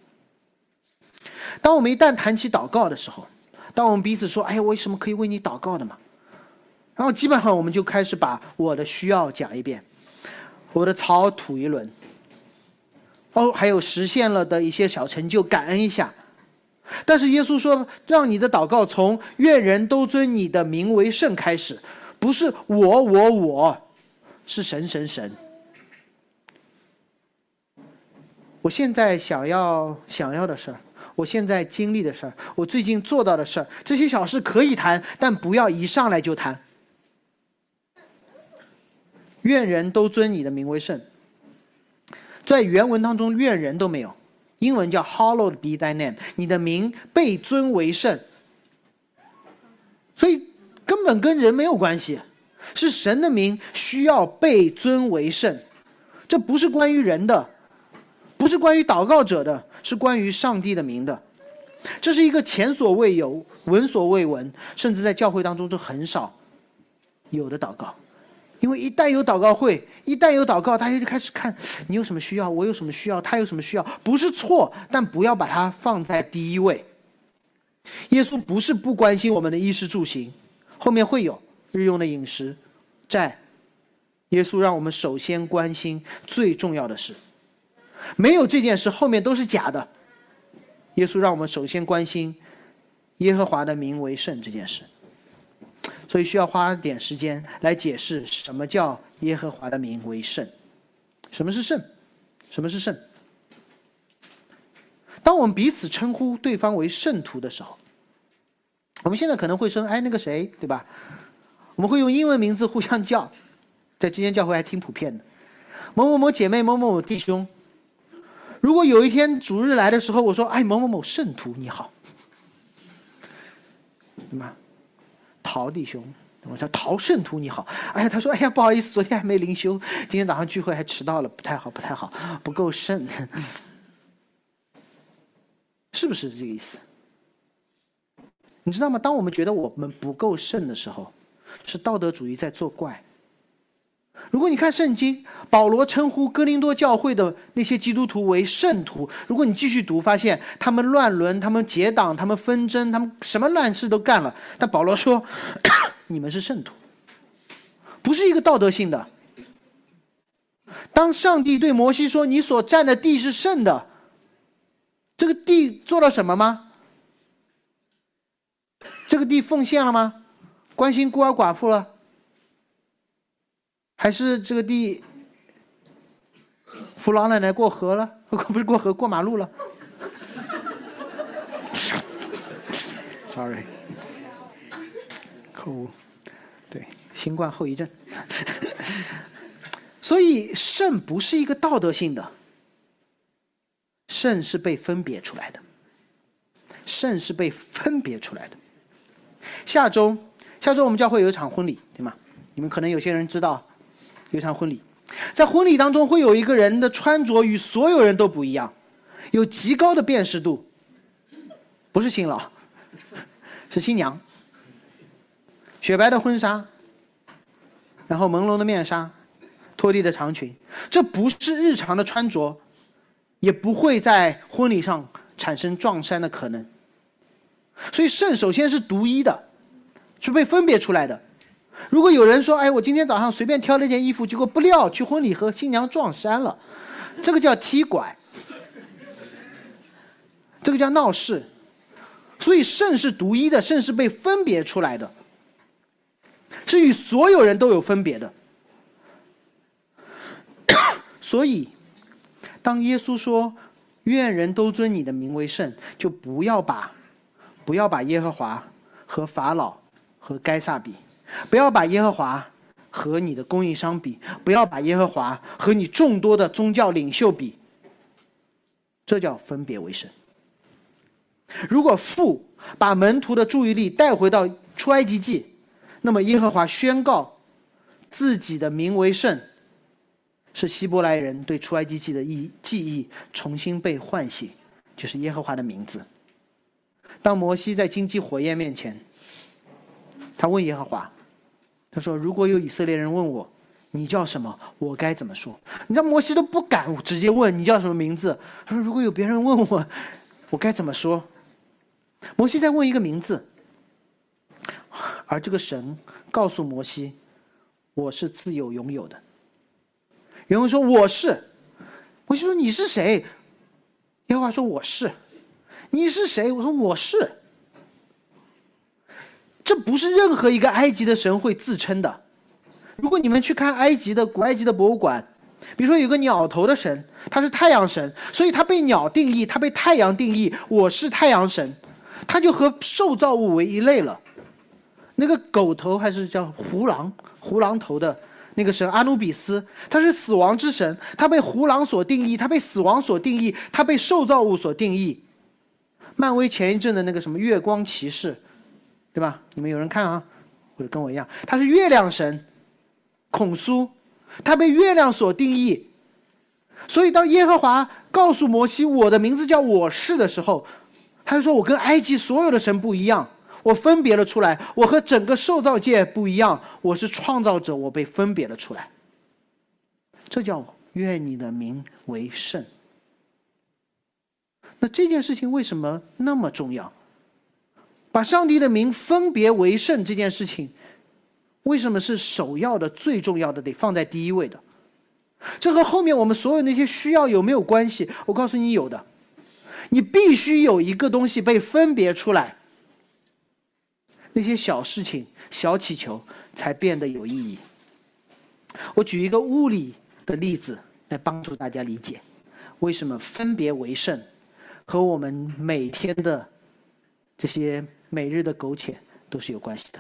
当我们一旦谈起祷告的时候，当我们彼此说，哎，我有什么可以为你祷告的吗？然后基本上我们就开始把我的需要讲一遍，我的槽吐一轮，哦，还有实现了的一些小成就感恩一下。但是耶稣说，让你的祷告从愿人都尊你的名为圣开始，不是我我我，是神神神。我现在想要想要的事儿，我现在经历的事儿，我最近做到的事儿，这些小事可以谈，但不要一上来就谈。愿人都尊你的名为圣，在原文当中愿人都没有，英文叫 hallowed be thy name， 你的名被尊为圣，所以根本跟人没有关系，是神的名需要被尊为圣。这不是关于人的，不是关于祷告者的，是关于上帝的名的。这是一个前所未有、闻所未闻，甚至在教会当中都很少有的祷告。因为一旦有祷告会，一旦有祷告，大家就开始看你有什么需要，我有什么需要，他有什么需要，不是错，但不要把它放在第一位。耶稣不是不关心我们的衣食住行，后面会有日用的饮食、债。耶稣让我们首先关心最重要的事，没有这件事，后面都是假的。耶稣让我们首先关心耶和华的名为圣这件事。所以需要花点时间来解释什么叫耶和华的名为圣。什么是圣？什么是圣？当我们彼此称呼对方为圣徒的时候，我们现在可能会说，哎，那个谁，对吧？我们会用英文名字互相叫，在之前教会还挺普遍的，某某某姐妹，某某某弟兄。如果有一天主日来的时候，我说，哎，某某某圣徒你好，对吗？陶弟兄，我叫陶圣徒你好。哎呀，他说，哎呀，不好意思，昨天还没灵修，今天早上聚会还迟到了，不太好，不太好，不够圣，是不是这个意思？你知道吗？当我们觉得我们不够圣的时候，是道德主义在作怪。如果你看圣经，保罗称呼哥林多教会的那些基督徒为圣徒，如果你继续读，发现他们乱伦，他们结党，他们纷争，他们什么烂事都干了，但保罗说你们是圣徒，不是一个道德性的。当上帝对摩西说你所占的地是圣的，这个地做了什么吗？这个地奉献了吗？关心孤儿寡妇了？还是这个地扶老奶奶过河了？不是过河，过马路了。Sorry， 口误，对，新冠后遗症。所以圣不是一个道德性的，圣是被分别出来的，圣是被分别出来的。下周，下周我们教会有一场婚礼，对吗？你们可能有些人知道。有一场婚礼，在婚礼当中会有一个人的穿着与所有人都不一样，有极高的辨识度，不是新郎，是新娘。雪白的婚纱，然后朦胧的面纱，拖地的长裙，这不是日常的穿着，也不会在婚礼上产生撞衫的可能。所以圣首先是独一的，是被分别出来的。如果有人说，哎，我今天早上随便挑了一件衣服，结果不料去婚礼和新娘撞衫了，这个叫踢拐， 这个叫闹市。所以圣是独一的，圣是被分别出来的，是与所有人都有分别的。所以当耶稣说愿人都尊你的名为圣，就不要把不要把耶和华和法老和该撒比，不要把耶和华和你的供应商比，不要把耶和华和你众多的宗教领袖比，这叫分别为圣。如果父把门徒的注意力带回到出埃及记，那么耶和华宣告自己的名为圣，是希伯来人对出埃及记的记忆重新被唤醒，就是耶和华的名字。当摩西在荆棘火焰面前，他问耶和华，他说如果有以色列人问我你叫什么，我该怎么说？你知道摩西都不敢直接问你叫什么名字，他说如果有别人问我我该怎么说？摩西在问一个名字，而这个神告诉摩西，我是自有拥有的。原文说我是，摩西说你是谁？耶和华说我是。你是谁？我说我是。这不是任何一个埃及的神会自称的。如果你们去看埃及的古埃及的博物馆，比如说有个鸟头的神，他是太阳神，所以他被鸟定义，他被太阳定义，我是太阳神，他就和受造物为一类了。那个狗头还是叫胡狼胡狼头的那个神阿努比斯，他是死亡之神，他被胡狼所定义，他被死亡所定义，他被受造物所定义。漫威前一阵的那个什么月光骑士，对吧？你们有人看啊？或者跟我一样，他是月亮神孔苏，他被月亮所定义。所以当耶和华告诉摩西我的名字叫我是的时候，他就说我跟埃及所有的神不一样，我分别了出来，我和整个受造界不一样，我是创造者，我被分别了出来。这叫愿你的名为圣。那这件事情为什么那么重要？把上帝的名分别为圣这件事情，为什么是首要的、最重要的，得放在第一位的？这和后面我们所有那些需要有没有关系？我告诉你有的。你必须有一个东西被分别出来，那些小事情、小祈求才变得有意义。我举一个物理的例子来帮助大家理解为什么分别为圣和我们每天的这些每日的苟且都是有关系的。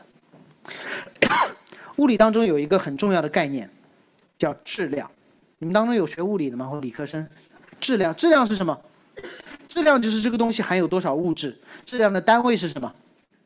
物理当中有一个很重要的概念叫质量，你们当中有学物理的吗？或理科生？质量，质量是什么？质量就是这个东西含有多少物质。质量的单位是什么？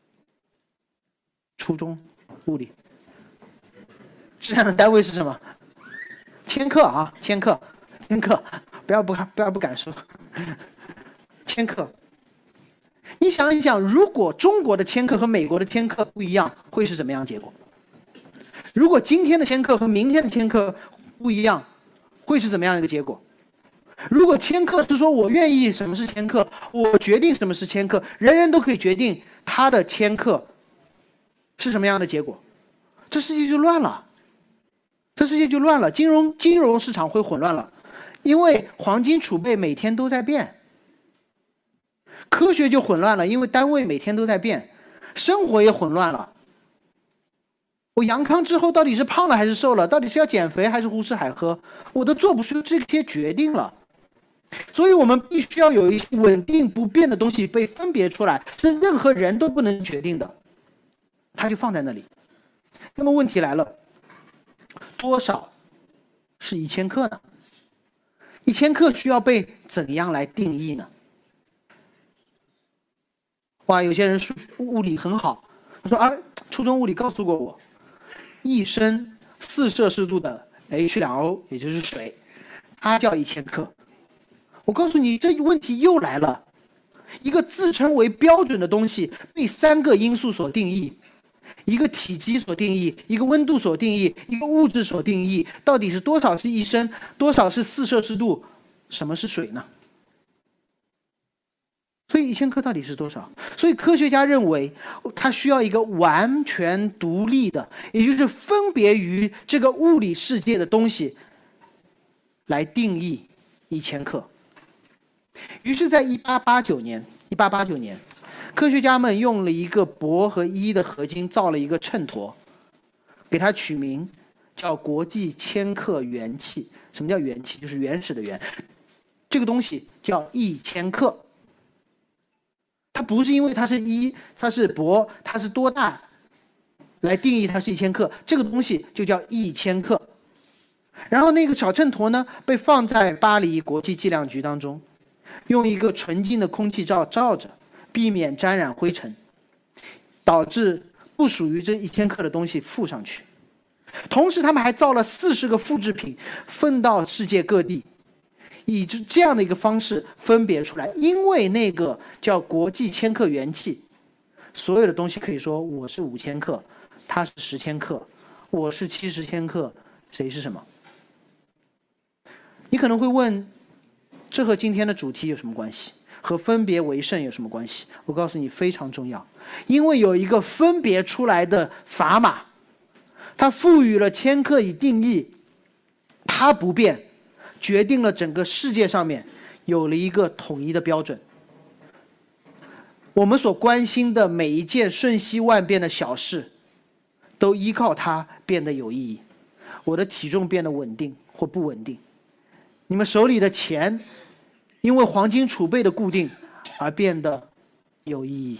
初中物理。质量的单位是什么？千克啊，千克，千克，不要不不要不敢说，千克。你想一想，如果中国的千克和美国的千克不一样，会是什么样的结果？如果今天的千克和明天的千克不一样，会是怎么样一个结果？如果千克是说我愿意什么是千克，我决定什么是千克，人人都可以决定他的千克是什么样的结果，这世界就乱了，这世界就乱了，金融金融市场会混乱了，因为黄金储备每天都在变。科学就混乱了，因为单位每天都在变，生活也混乱了。我阳康之后到底是胖了还是瘦了？到底是要减肥还是胡吃海喝？我都做不出这些决定了。所以我们必须要有一些稳定不变的东西被分别出来，是任何人都不能决定的，它就放在那里。那么问题来了，多少是一千克呢？一千克需要被怎样来定义呢？哇，有些人数物理很好，他说啊，初中物理告诉过我，一升四摄氏度的 H 两 O 也就是水，它叫一千克。我告诉你，这问题又来了，一个自称为标准的东西被三个因素所定义，一个体积所定义，一个温度所定义，一个物质所定义，到底是多少是一升，多少是四摄氏度，什么是水呢？所以一千克到底是多少？所以科学家认为它需要一个完全独立的，也就是分别于这个物理世界的东西来定义一千克。 于是在一八八九年一八八九年科学家们用了一个铂和铱的合金造了一个秤砣，给它取名叫国际千克元器。什么叫元器？就是原始的元。这个东西叫一千克，它不是因为它是一，它是铂，它是多大来定义它是一千克，这个东西就叫一千克。然后那个小秤砣呢，被放在巴黎国际计量局当中，用一个纯净的空气罩罩着，避免沾染灰尘，导致不属于这一千克的东西附上去。同时他们还造了四十个复制品分到世界各地，以这样的一个方式分别出来。因为那个叫国际千克元器，所有的东西可以说我是五千克，他是十千克，我是七十千克，谁是什么？你可能会问，这和今天的主题有什么关系？和分别为圣有什么关系？我告诉你，非常重要。因为有一个分别出来的砝码，它赋予了千克以定义，它不变，决定了整个世界上面有了一个统一的标准。我们所关心的每一件瞬息万变的小事，都依靠它变得有意义。我的体重变得稳定或不稳定，你们手里的钱因为黄金储备的固定而变得有意义。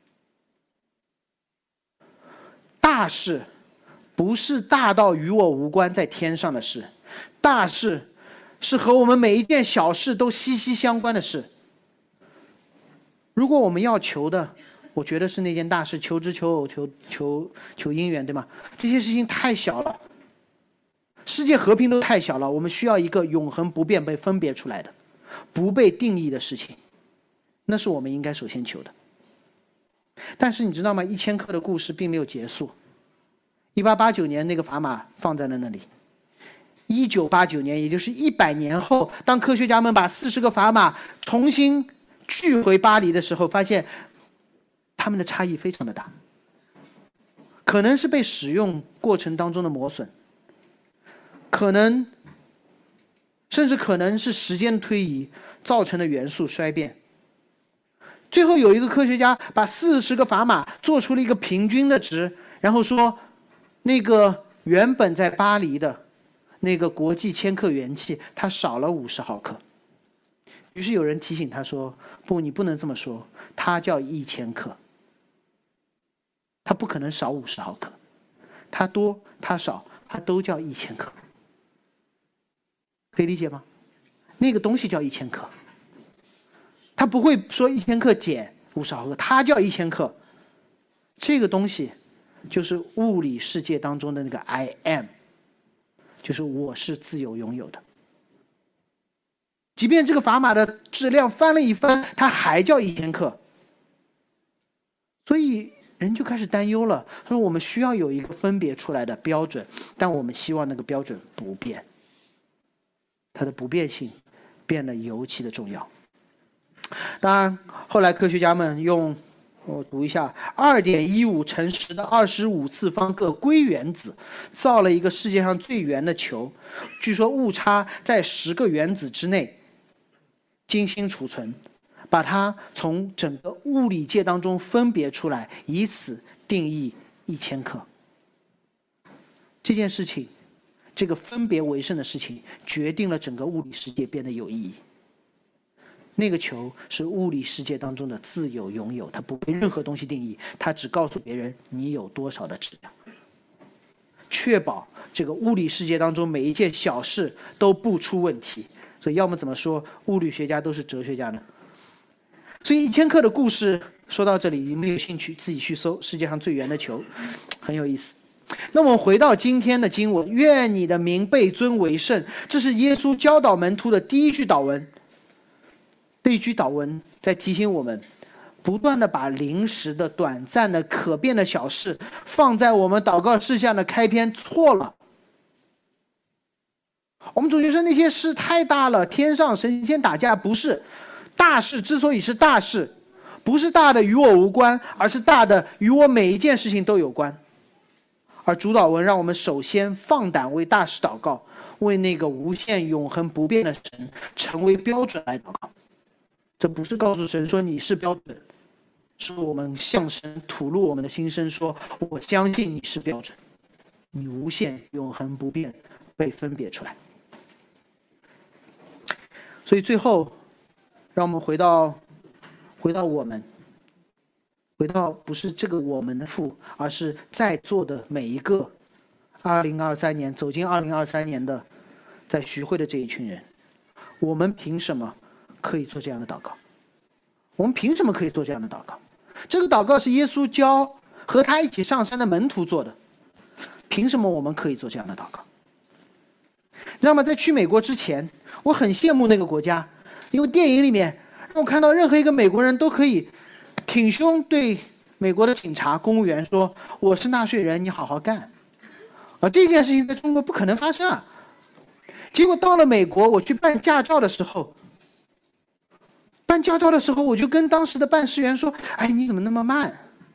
大事不是大到与我无关在天上的事，大事是和我们每一件小事都息息相关的事。如果我们要求的，我觉得是那件大事，求知求偶求求求姻缘，对吗？这些事情太小了，世界和平都太小了，我们需要一个永恒不变被分别出来的不被定义的事情，那是我们应该首先求的。但是你知道吗？一千克的故事并没有结束。一八八九年那个砝码放在了那里，一九八九年，也就是一百年后，当科学家们把四十个砝码重新聚回巴黎的时候，发现它们的差异非常的大，可能是被使用过程当中的磨损，可能甚至可能是时间推移造成的元素衰变。最后有一个科学家把四十个砝码做出了一个平均的值，然后说那个原本在巴黎的那个国际千克元器它少了五十毫克。于是有人提醒他说，不，你不能这么说，它叫一千克，它不可能少五十毫克，它多它少它都叫一千克。可以理解吗？那个东西叫一千克，他不会说一千克减五十毫克，它叫一千克。这个东西就是物理世界当中的那个 I am， 就是我是自由拥有的。即便这个砝码的质量翻了一番，它还叫一千克。所以人就开始担忧了，他说我们需要有一个分别出来的标准，但我们希望那个标准不变。它的不变性变得尤其的重要。当然后来科学家们用，我读一下 二点一五 乘十的二十五次方个硅原子造了一个世界上最圆的球，据说误差在十个原子之内，精心储存，把它从整个物理界当中分别出来，以此定义一千克。这件事情，这个分别为圣的事情，决定了整个物理世界变得有意义。那个球是物理世界当中的自由拥有，它不被任何东西定义，它只告诉别人你有多少的质量，确保这个物理世界当中每一件小事都不出问题。所以要么怎么说物理学家都是哲学家呢？所以一千克的故事说到这里，你们有兴趣自己去搜世界上最圆的球，很有意思。那我们回到今天的经文，愿你的名被尊为圣，这是耶稣教导门徒的第一句祷文。这一句祷文在提醒我们，不断的把临时的、短暂的、可变的小事放在我们祷告事项的开篇，错了。我们总觉得那些事太大了，天上神仙打架，不是。大事之所以是大事，不是大的与我无关，而是大的与我每一件事情都有关。而主祷文让我们首先放胆为大事祷告，为那个无限永恒不变的神成为标准来祷告。 这不是告诉神说你是标准，是我们向神吐露我们的心声，说我相信你是标准，你无限永恒不变，被分别出来。所以最后让我们回到回到我们回到不是这个我们的父，而是在座的每一个二零二三年走进二零二三年的在徐汇的这一群人，我们凭什么可以做这样的祷告？我们凭什么可以做这样的祷告？这个祷告是耶稣教和他一起上山的门徒做的，凭什么我们可以做这样的祷告？那么在去美国之前，我很羡慕那个国家，因为电影里面让我看到任何一个美国人都可以挺胸对美国的警察公务员说，我是纳税人，你好好干。而这件事情在中国不可能发生啊。结果到了美国，我去办驾照的时候办驾照的时候我就跟当时的办事员说，哎，你怎么那么慢？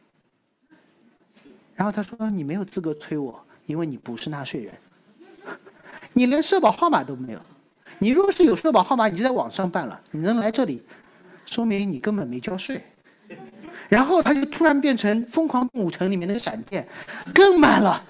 然后他说，你没有资格催我，因为你不是纳税人，你连社保号码都没有，你如果是有社保号码你就在网上办了，你能来这里说明你根本没交税。然后他就突然变成疯狂动物城里面那个闪电，更慢了。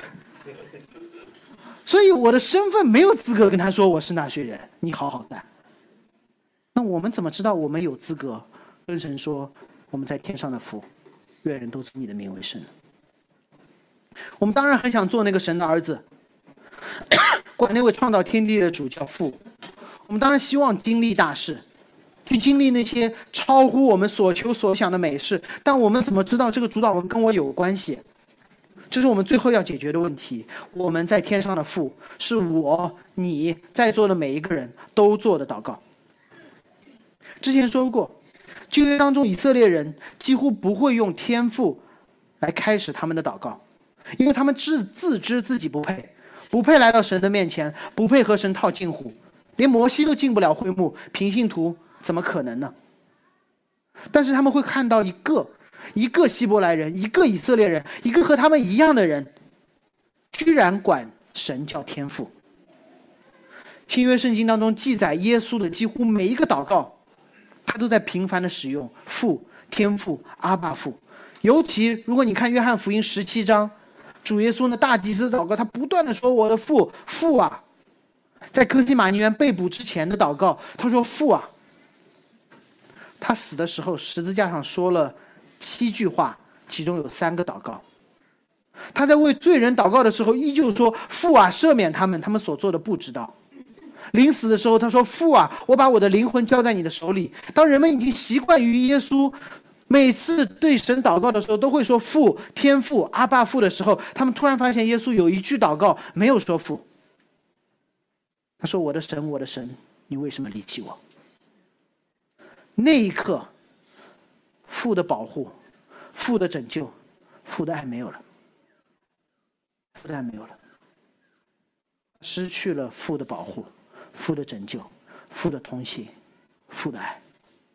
所以我的身份没有资格跟他说我是纳税人，你好好干。那我们怎么知道我们有资格跟神说我们在天上的父，愿人都尊你的名为圣呢？我们当然很想做那个神的儿子，管那位创造天地的主叫父。我们当然希望经历大事，去经历那些超乎我们所求所想的美事，但我们怎么知道这个主导文跟我有关系？这是我们最后要解决的问题。我们在天上的父，是我你在座的每一个人都做的祷告。之前说过，旧约当中以色列人几乎不会用天父来开始他们的祷告，因为他们自自知自己不配，不配来到神的面前，不配和神套近乎，连摩西都进不了会幕，平信徒怎么可能呢？但是他们会看到一个一个希伯来人，一个以色列人，一个和他们一样的人，居然管神叫天父。新约圣经当中记载耶稣的几乎每一个祷告，他都在频繁的使用父、天父、阿爸父。尤其如果你看约翰福音十七章，主耶稣的大祭司祷告，他不断的说我的父，父啊。在哥西马尼园被捕之前的祷告，他说父啊。他死的时候十字架上说了七句话，其中有三个祷告。他在为罪人祷告的时候依旧说父啊，赦免他们，他们所做的不知道。临死的时候他说父啊，我把我的灵魂交在你的手里。当人们已经习惯于耶稣每次对神祷告的时候都会说父、天父、阿爸父的时候，他们突然发现耶稣有一句祷告没有说父。他说我的神，我的神，你为什么离弃我？那一刻，父的保护、父的拯救、父的爱没有了，父的爱没有了，失去了父的保护、父的拯救、父的同行、父的爱。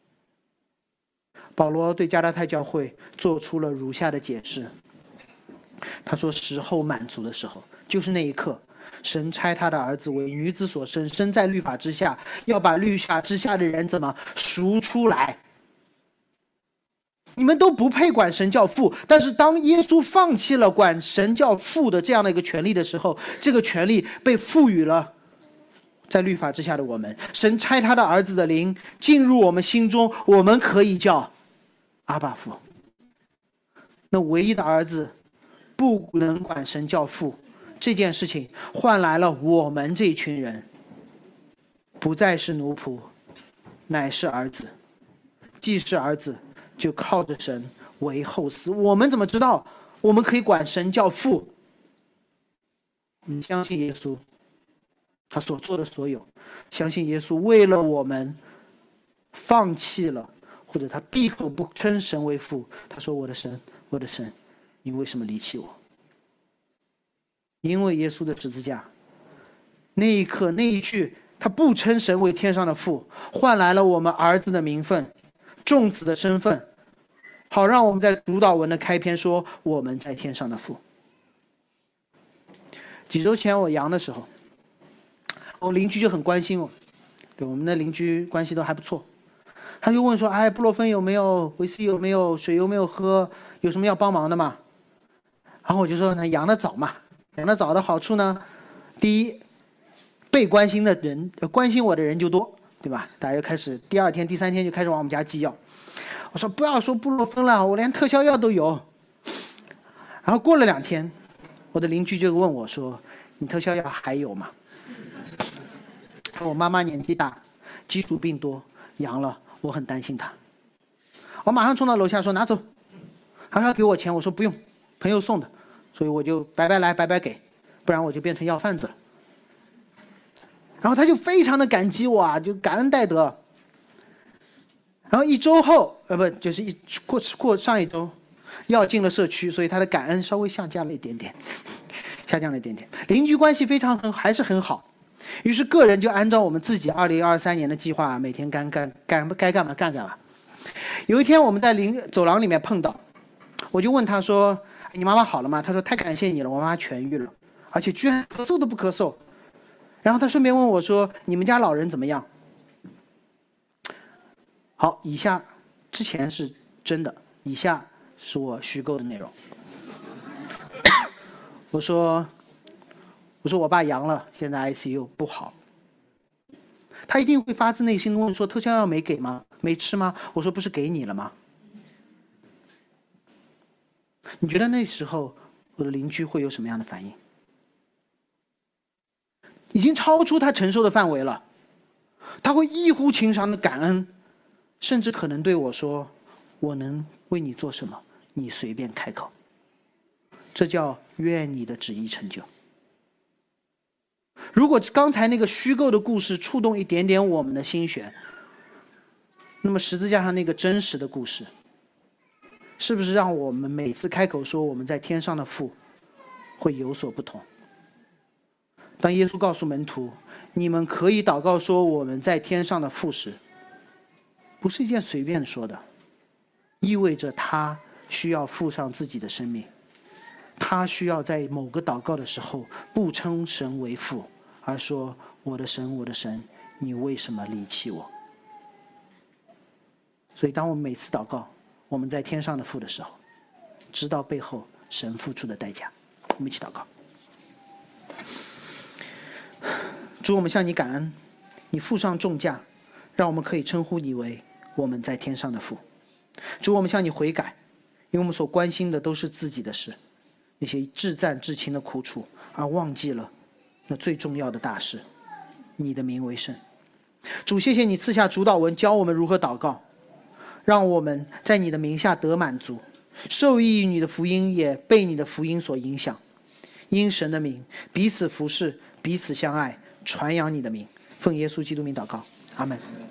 保罗对加拉太教会做出了如下的解释，他说时候满足的时候，就是那一刻，神差他的儿子为女子所生，生在律法之下，要把律法之下的人怎么赎出来。你们都不配管神叫父，但是当耶稣放弃了管神叫父的这样的一个权利的时候，这个权利被赋予了在律法之下的我们。神差他的儿子的灵进入我们心中，我们可以叫阿爸父。那唯一的儿子不能管神叫父，这件事情换来了我们这一群人不再是奴仆，乃是儿子。既是儿子，就靠着神为后嗣。我们怎么知道我们可以管神叫父？你相信耶稣他所做的所有，相信耶稣为了我们放弃了，或者他闭口不称神为父。他说我的神，我的神，你为什么离弃我？因为耶稣的十字架，那一刻那一句他不称神为天上的父，换来了我们儿子的名分、众子的身份，好让我们在主祷文的开篇说我们在天上的父。几周前我阳的时候，我邻居就很关心我，对，我们的邻居关系都还不错， 他就问说：“哎，布洛芬有没有？维 C 有没有？水有没有喝？有什么要帮忙的吗？”然后我就说：“那养得早嘛，养得早的好处呢，第一，被关心的人，关心我的人就多，对吧？大家就开始第二天、第三天就开始往我们家寄药。我说不要说布洛芬了，我连特效药都有。然后过了两天，我的邻居就问我说：‘你特效药还有吗？’我妈妈年纪大，基础病多，阳了。”我很担心他，我马上冲到楼下说拿走，他说给我钱，我说不用，朋友送的，所以我就白白来白白给，不然我就变成要贩子了。然后他就非常的感激我啊，就感恩戴德。然后一周后，呃不就是一过过上一周，药进了社区，所以他的感恩稍微下降了一点点，下降了一点点。邻居关系非常很还是很好。于是个人就按照我们自己二零二三年的计划，每天干干干该干嘛干干嘛。有一天我们在邻走廊里面碰到，我就问他说：“你妈妈好了吗？”他说：“太感谢你了，我妈妈痊愈了，而且居然咳嗽都不咳嗽。”然后他顺便问我说：“你们家老人怎么样？”好，以下之前是真的，以下是我虚构的内容。我说。我说我爸阳了，现在 I C U 不好。他一定会发自内心的问说：“特效药没给吗？没吃吗？”我说：“不是给你了吗？”你觉得那时候我的邻居会有什么样的反应？已经超出他承受的范围了，他会异乎寻常的感恩，甚至可能对我说：“我能为你做什么？你随便开口。”这叫愿你的旨意成就。如果刚才那个虚构的故事触动一点点我们的心弦，那么十字架上那个真实的故事，是不是让我们每次开口说我们在天上的父会有所不同？当耶稣告诉门徒你们可以祷告说我们在天上的父时，不是一件随便说的，意味着他需要付上自己的生命，他需要在某个祷告的时候不称神为父，而说：“我的神，我的神，你为什么离弃我？”所以当我们每次祷告我们在天上的父的时候，知道背后神付出的代价。我们一起祷告。主，我们向你感恩，你付上重价，让我们可以称呼你为我们在天上的父。主，我们向你悔改，因为我们所关心的都是自己的事，那些至赞至亲的苦楚，而忘记了那最重要的大事，你的名为圣。主，谢谢你赐下主祷文，教我们如何祷告，让我们在你的名下得满足，受益于你的福音，也被你的福音所影响，因神的名彼此服侍，彼此相爱，传扬你的名。奉耶稣基督名祷告，阿们。